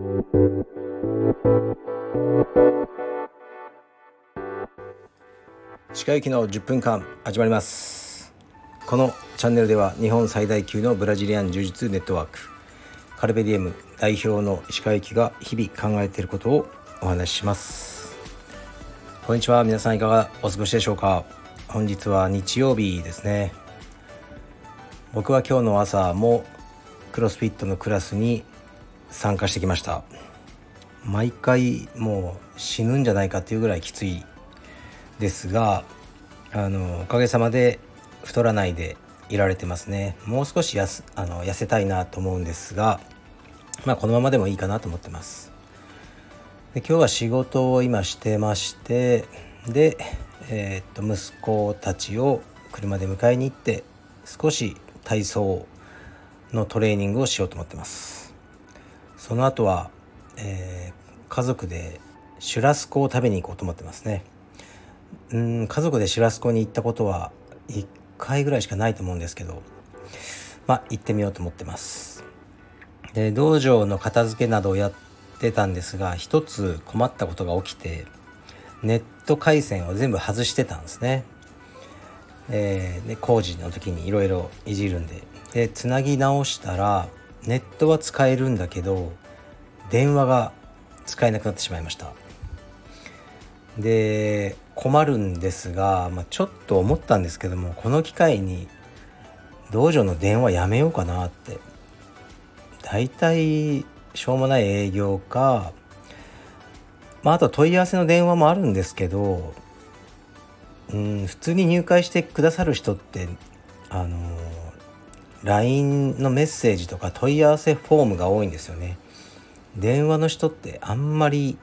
歯科行きの10分間始まります。このチャンネルでは日本最大級のブラジリアン柔術ネットワークカルベディエム代表の歯科行きが日々考えていることをお話しします。こんにちは、皆さんいかがお過ごしでしょうか。本日は日曜日ですね。僕は今日の朝もクロスフィットのクラスに参加してきました。毎回もう死ぬんじゃないかっていうぐらいきついですが、おかげさまで太らないでいられてますね。もう少し痩せたいなと思うんですが、このままでもいいかなと思ってます。で、今日は仕事を今してまして、で、息子たちを車で迎えに行って少し体操のトレーニングをしようと思ってます。その後は、家族でシュラスコを食べに行こうと思ってますね。家族でシュラスコに行ったことは1回ぐらいしかないと思うんですけど、行ってみようと思ってます。で、道場の片付けなどをやってたんですが、一つ困ったことが起きて、ネット回線を全部外してたんですね。で、工事の時にいろいろいじるんで、つなぎ直したらネットは使えるんだけど電話が使えなくなってしまいました。で、困るんですが、ちょっと思ったんですけども、この機会に道場の電話やめようかなって。だいたいしょうもない営業か、あと問い合わせの電話もあるんですけど、普通に入会してくださる人ってLINE のメッセージとか問い合わせフォームが多いんですよね。電話の人ってあんまり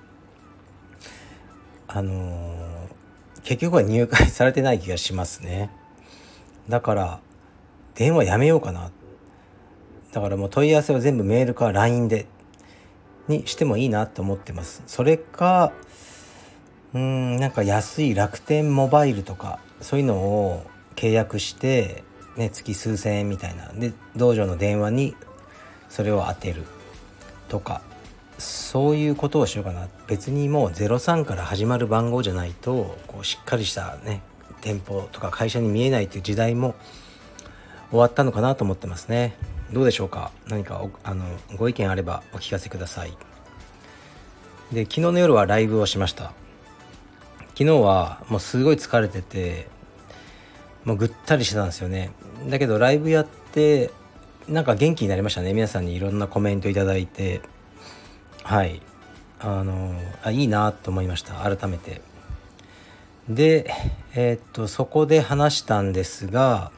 結局は入会されてない気がしますね。だから電話やめようかな。だからもう問い合わせは全部メールか LINE でにしてもいいなと思ってます。それかなんか安い楽天モバイルとかそういうのを契約してね、月数千円みたいなで道場の電話にそれを当てるとか、そういうことをしようかな。別にもう03から始まる番号じゃないとしっかりしたね店舗とか会社に見えないという時代も終わったのかなと思ってますね。どうでしょうか。何かご意見あればお聞かせください。で、昨日の夜はライブをしました。昨日はもうすごい疲れててもうぐったりしてたんですよね。だけどライブやってなんか元気になりましたね。皆さんにいろんなコメントいただいて、はいいいなと思いました。改めて。で、そこで話したんですが、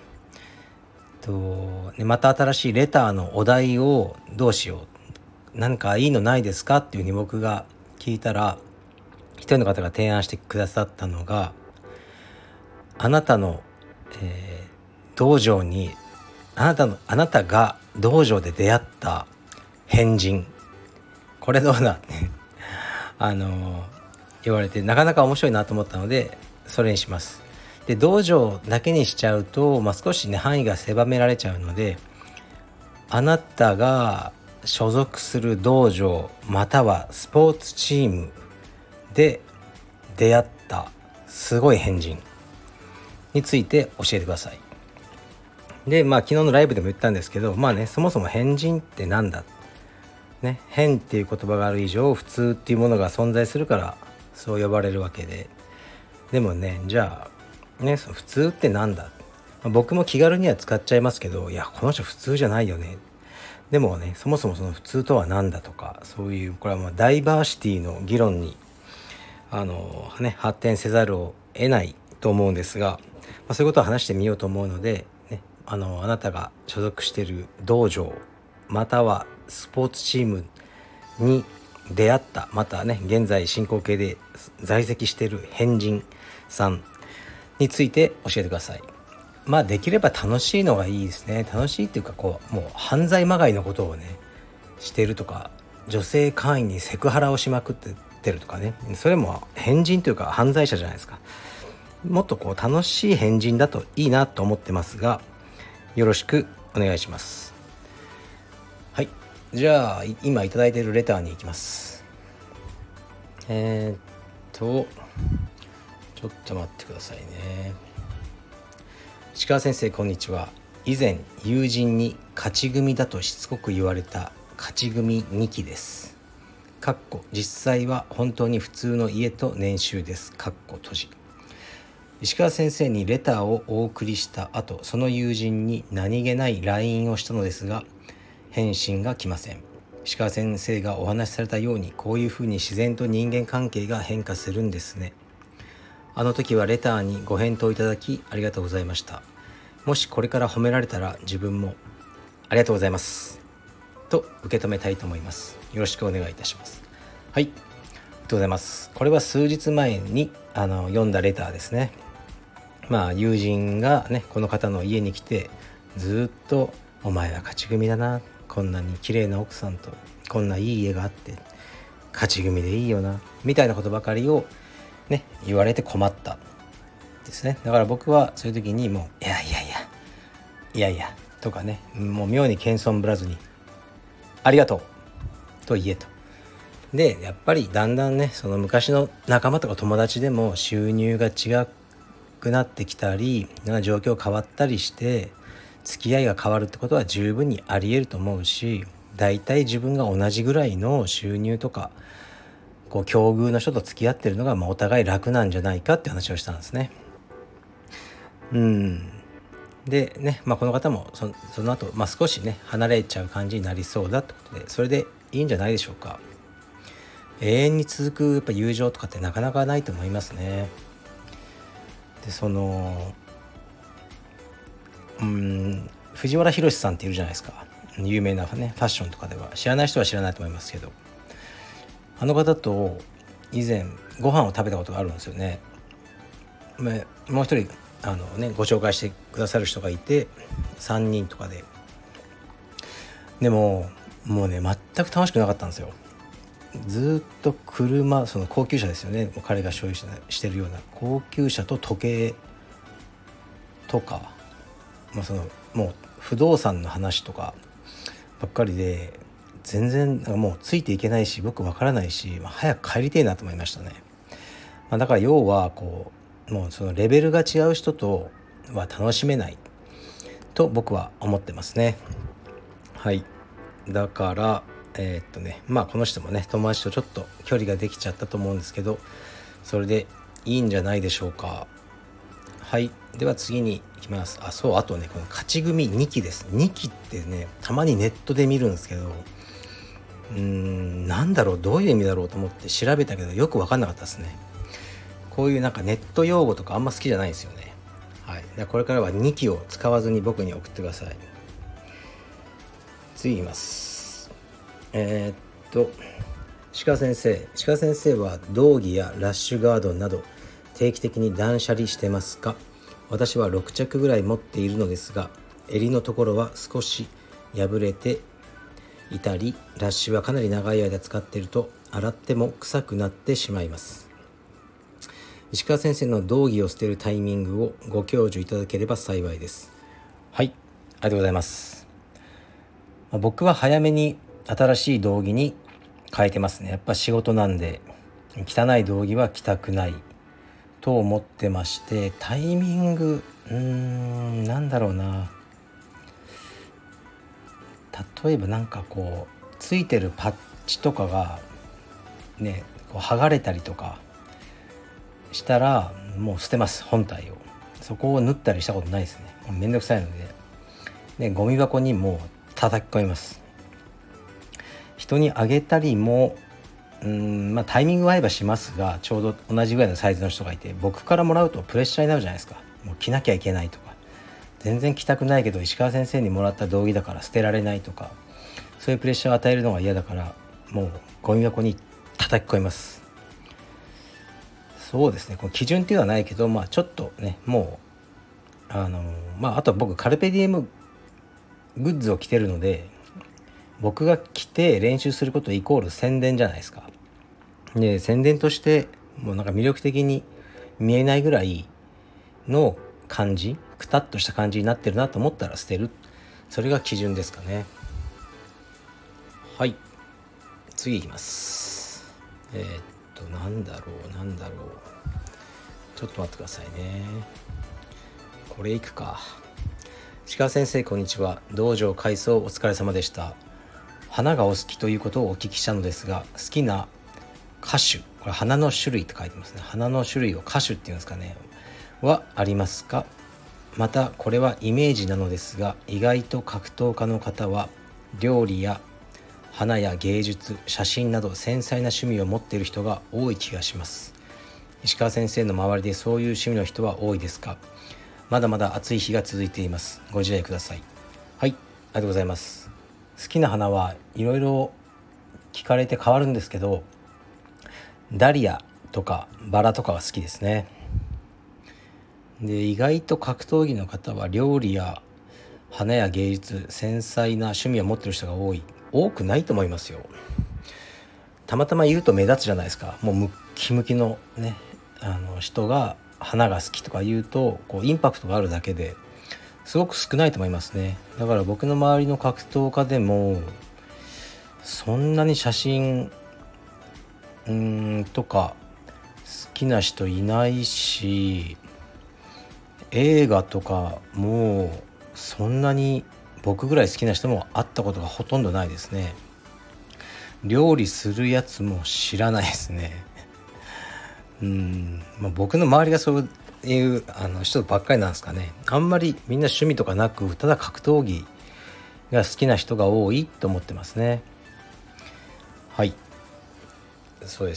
また新しいレターのお題をどうしよう、何かいいのないですかっていうふうに僕が聞いたら、一人の方が提案してくださったのが、あなたの、道場にあなたが道場で出会った変人、これどうだって言われて、なかなか面白いなと思ったのでそれにします。で、道場だけにしちゃうと、少しね範囲が狭められちゃうので、あなたが所属する道場またはスポーツチームで出会ったすごい変人について教えてください。で、昨日のライブでも言ったんですけど、そもそも変人ってなんだね、変っていう言葉がある以上普通っていうものが存在するからそう呼ばれるわけで、でもね、じゃあね、その普通ってなんだ、僕も気軽には使っちゃいますけど、いやこの人普通じゃないよね。でもね、そもそもその普通とは何だとか、そういうこれはダイバーシティの議論に発展せざるを得ないと思うんですが、そういうことを話してみようと思うので、ね、あなたが所属している道場またはスポーツチームに出会った、またね現在進行形で在籍している変人さんについて教えてください。できれば楽しいのがいいですね。楽しいっていうかもう犯罪まがいのことをねしてるとか、女性会員にセクハラをしまくってるとかね、それも変人というか犯罪者じゃないですか。もっと楽しい変人だといいなと思ってますが、よろしくお願いします。はい、 じゃあ今いただいているレターに行きます。ちょっと待ってくださいね。石川先生、こんにちは。以前友人に勝ち組だとしつこく言われた勝ち組2期です。実際は本当に普通の家と年収です。閉じ。石川先生にレターをお送りした後、その友人に何気ない LINE をしたのですが、返信が来ません。石川先生がお話しされたように、こういうふうに自然と人間関係が変化するんですね。あの時はレターにご返答いただきありがとうございました。もしこれから褒められたら自分もありがとうございますと受け止めたいと思います。よろしくお願いいたします。はい、ありがとうございます。これは数日前に読んだレターですね。友人がね、この方の家に来てずっとお前は勝ち組だな、こんなに綺麗な奥さんとこんないい家があって勝ち組でいいよなみたいなことばかりをね言われて困ったですね。だから僕はそういう時にもういやとかね、もう妙に謙遜ぶらずにありがとうと言えと。でやっぱりだんだんね、その昔の仲間とか友達でも収入が違くなってきたり、状況変わったりして付き合いが変わるってことは十分にあり得ると思うし、だいたい自分が同じぐらいの収入とか境遇の人と付き合ってるのがお互い楽なんじゃないかって話をしたんですね。でね、この方もその後、少しね離れちゃう感じになりそうだってことで、それでいいんじゃないでしょうか。永遠に続くやっぱ友情とかってなかなかないと思いますね。で藤原宏さんっているじゃないですか。有名なねファッションとかでは知らない人は知らないと思いますけど、あの方と以前ご飯を食べたことがあるんですよね。もう一人ご紹介してくださる人がいて3人とかでももうね全く楽しくなかったんですよ。ずっとその高級車ですよね、彼が所有してるような高級車と時計とか、もう不動産の話とかばっかりで、全然もうついていけないし僕わからないし、早く帰りてえなと思いましたね。だから要はもうそのレベルが違う人とは楽しめないと僕は思ってますね。はい、だからこの人もね友達とちょっと距離ができちゃったと思うんですけど、それでいいんじゃないでしょうか。はい、では次に行きます。あとね、この勝ち組2期です。2期ってねたまにネットで見るんですけど、なんだろう、どういう意味だろうと思って調べたけどよく分かんなかったですね。こういうネット用語とかあんま好きじゃないんですよね。はい、これからは2期を使わずに僕に送ってください。次言います。鹿先生は道着やラッシュガードなど定期的に断捨離してますか？私は6着ぐらい持っているのですが、襟のところは少し破れていたり、ラッシュはかなり長い間使っていると洗っても臭くなってしまいます。石川先生の道着を捨てるタイミングをご教授いただければ幸いです。はい、ありがとうございます。僕は早めに新しい道着に変えてますね。やっぱ仕事なんで汚い道着は着たくないと思ってまして、タイミングなんだろうな、例えばついてるパッチとかがね剥がれたりとかしたらもう捨てます。本体をそこを縫ったりしたことないですね。めんどくさいので、ゴミ箱にもう叩き込みます。人にあげたりもタイミング合えばしますが、ちょうど同じぐらいのサイズの人がいて僕からもらうとプレッシャーになるじゃないですか。もう着なきゃいけないとか、全然着たくないけど石川先生にもらった道着だから捨てられないとか、そういうプレッシャーを与えるのが嫌だから、もうゴミ箱に叩き込みます。そうですね、この基準っていうのはないけど、ちょっとね、もうあと僕カルペディエムグッズを着てるので、僕が着て練習することイコール宣伝じゃないですか。で宣伝としてもう魅力的に見えないぐらいの感じ、くたっとした感じになってるなと思ったら捨てる、それが基準ですかね。 はい、次いきます。なんだろうちょっと待ってくださいね。これいくか。鹿先生こんにちは。道場改装お疲れ様でした。花がお好きということをお聞きしたのですが、好きな花種、これ花の種類って書いてますね。花の種類を花種っていうんですかね、はありますか？またこれはイメージなのですが、意外と格闘家の方は料理や花や芸術、写真など繊細な趣味を持っている人が多い気がします。石川先生の周りでそういう趣味の人は多いですか？まだまだ暑い日が続いています。ご自愛ください。はい、ありがとうございます。好きな花はいろいろ聞かれて変わるんですけど、ダリアとかバラとかが好きですね。で、意外と格闘技の方は料理や花や芸術、繊細な趣味を持っている人が多くないと思いますよ。たまたまいると目立つじゃないですか。もうムッキムキのね、人が花が好きとか言うとこうインパクトがあるだけですごく少ないと思いますね。だから僕の周りの格闘家でもそんなに写真とか好きな人いないし、映画とかもそんなに僕ぐらい好きな人も会ったことがほとんどないですね。料理するやつも知らないですね。僕の周りがそういう人ばっかりなんですかね。あんまりみんな趣味とかなく、ただ格闘技が好きな人が多いと思ってますね。はい、そうです。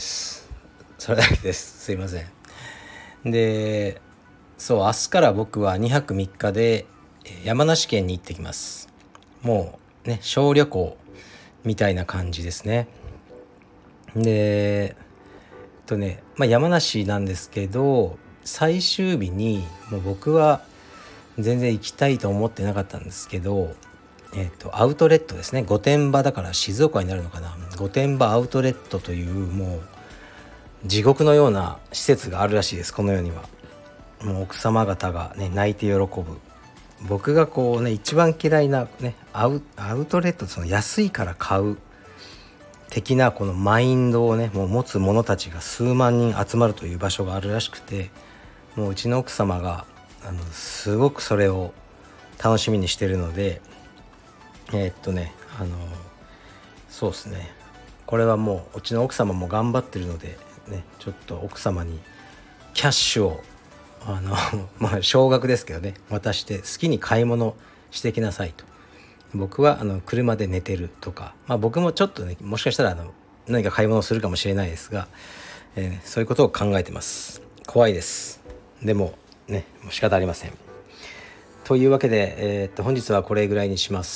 それだけです。すいません。で、そう、明日から僕は2泊3日で山梨県に行ってきます。もうね、小旅行みたいな感じですね。で、山梨なんですけど、最終日にもう僕は全然行きたいと思ってなかったんですけど、アウトレットですね。御殿場だから静岡になるのかな。御殿場アウトレットというもう地獄のような施設があるらしいです。この世にはもう奥様方がね泣いて喜ぶ。僕がこうね一番嫌いなねアウトレット、その安いから買う的なこのマインドをねもう持つ者たちが数万人集まるという場所があるらしくて、もううちの奥様がすごくそれを楽しみにしてるので、そうですね、これはもううちの奥様も頑張ってるのでね、ちょっと奥様にキャッシュを少額ですけどね渡して、好きに買い物してきなさいと。僕は車で寝てるとか、僕もちょっとねもしかしたら何か買い物するかもしれないですが、そういうことを考えてます。怖いです。でもね、もう仕方ありません。というわけで、本日はこれぐらいにします。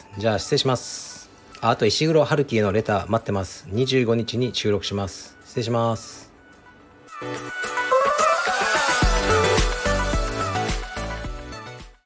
じゃあ失礼します。あと石黒春樹へのレター待ってます。25日に収録します。失礼します。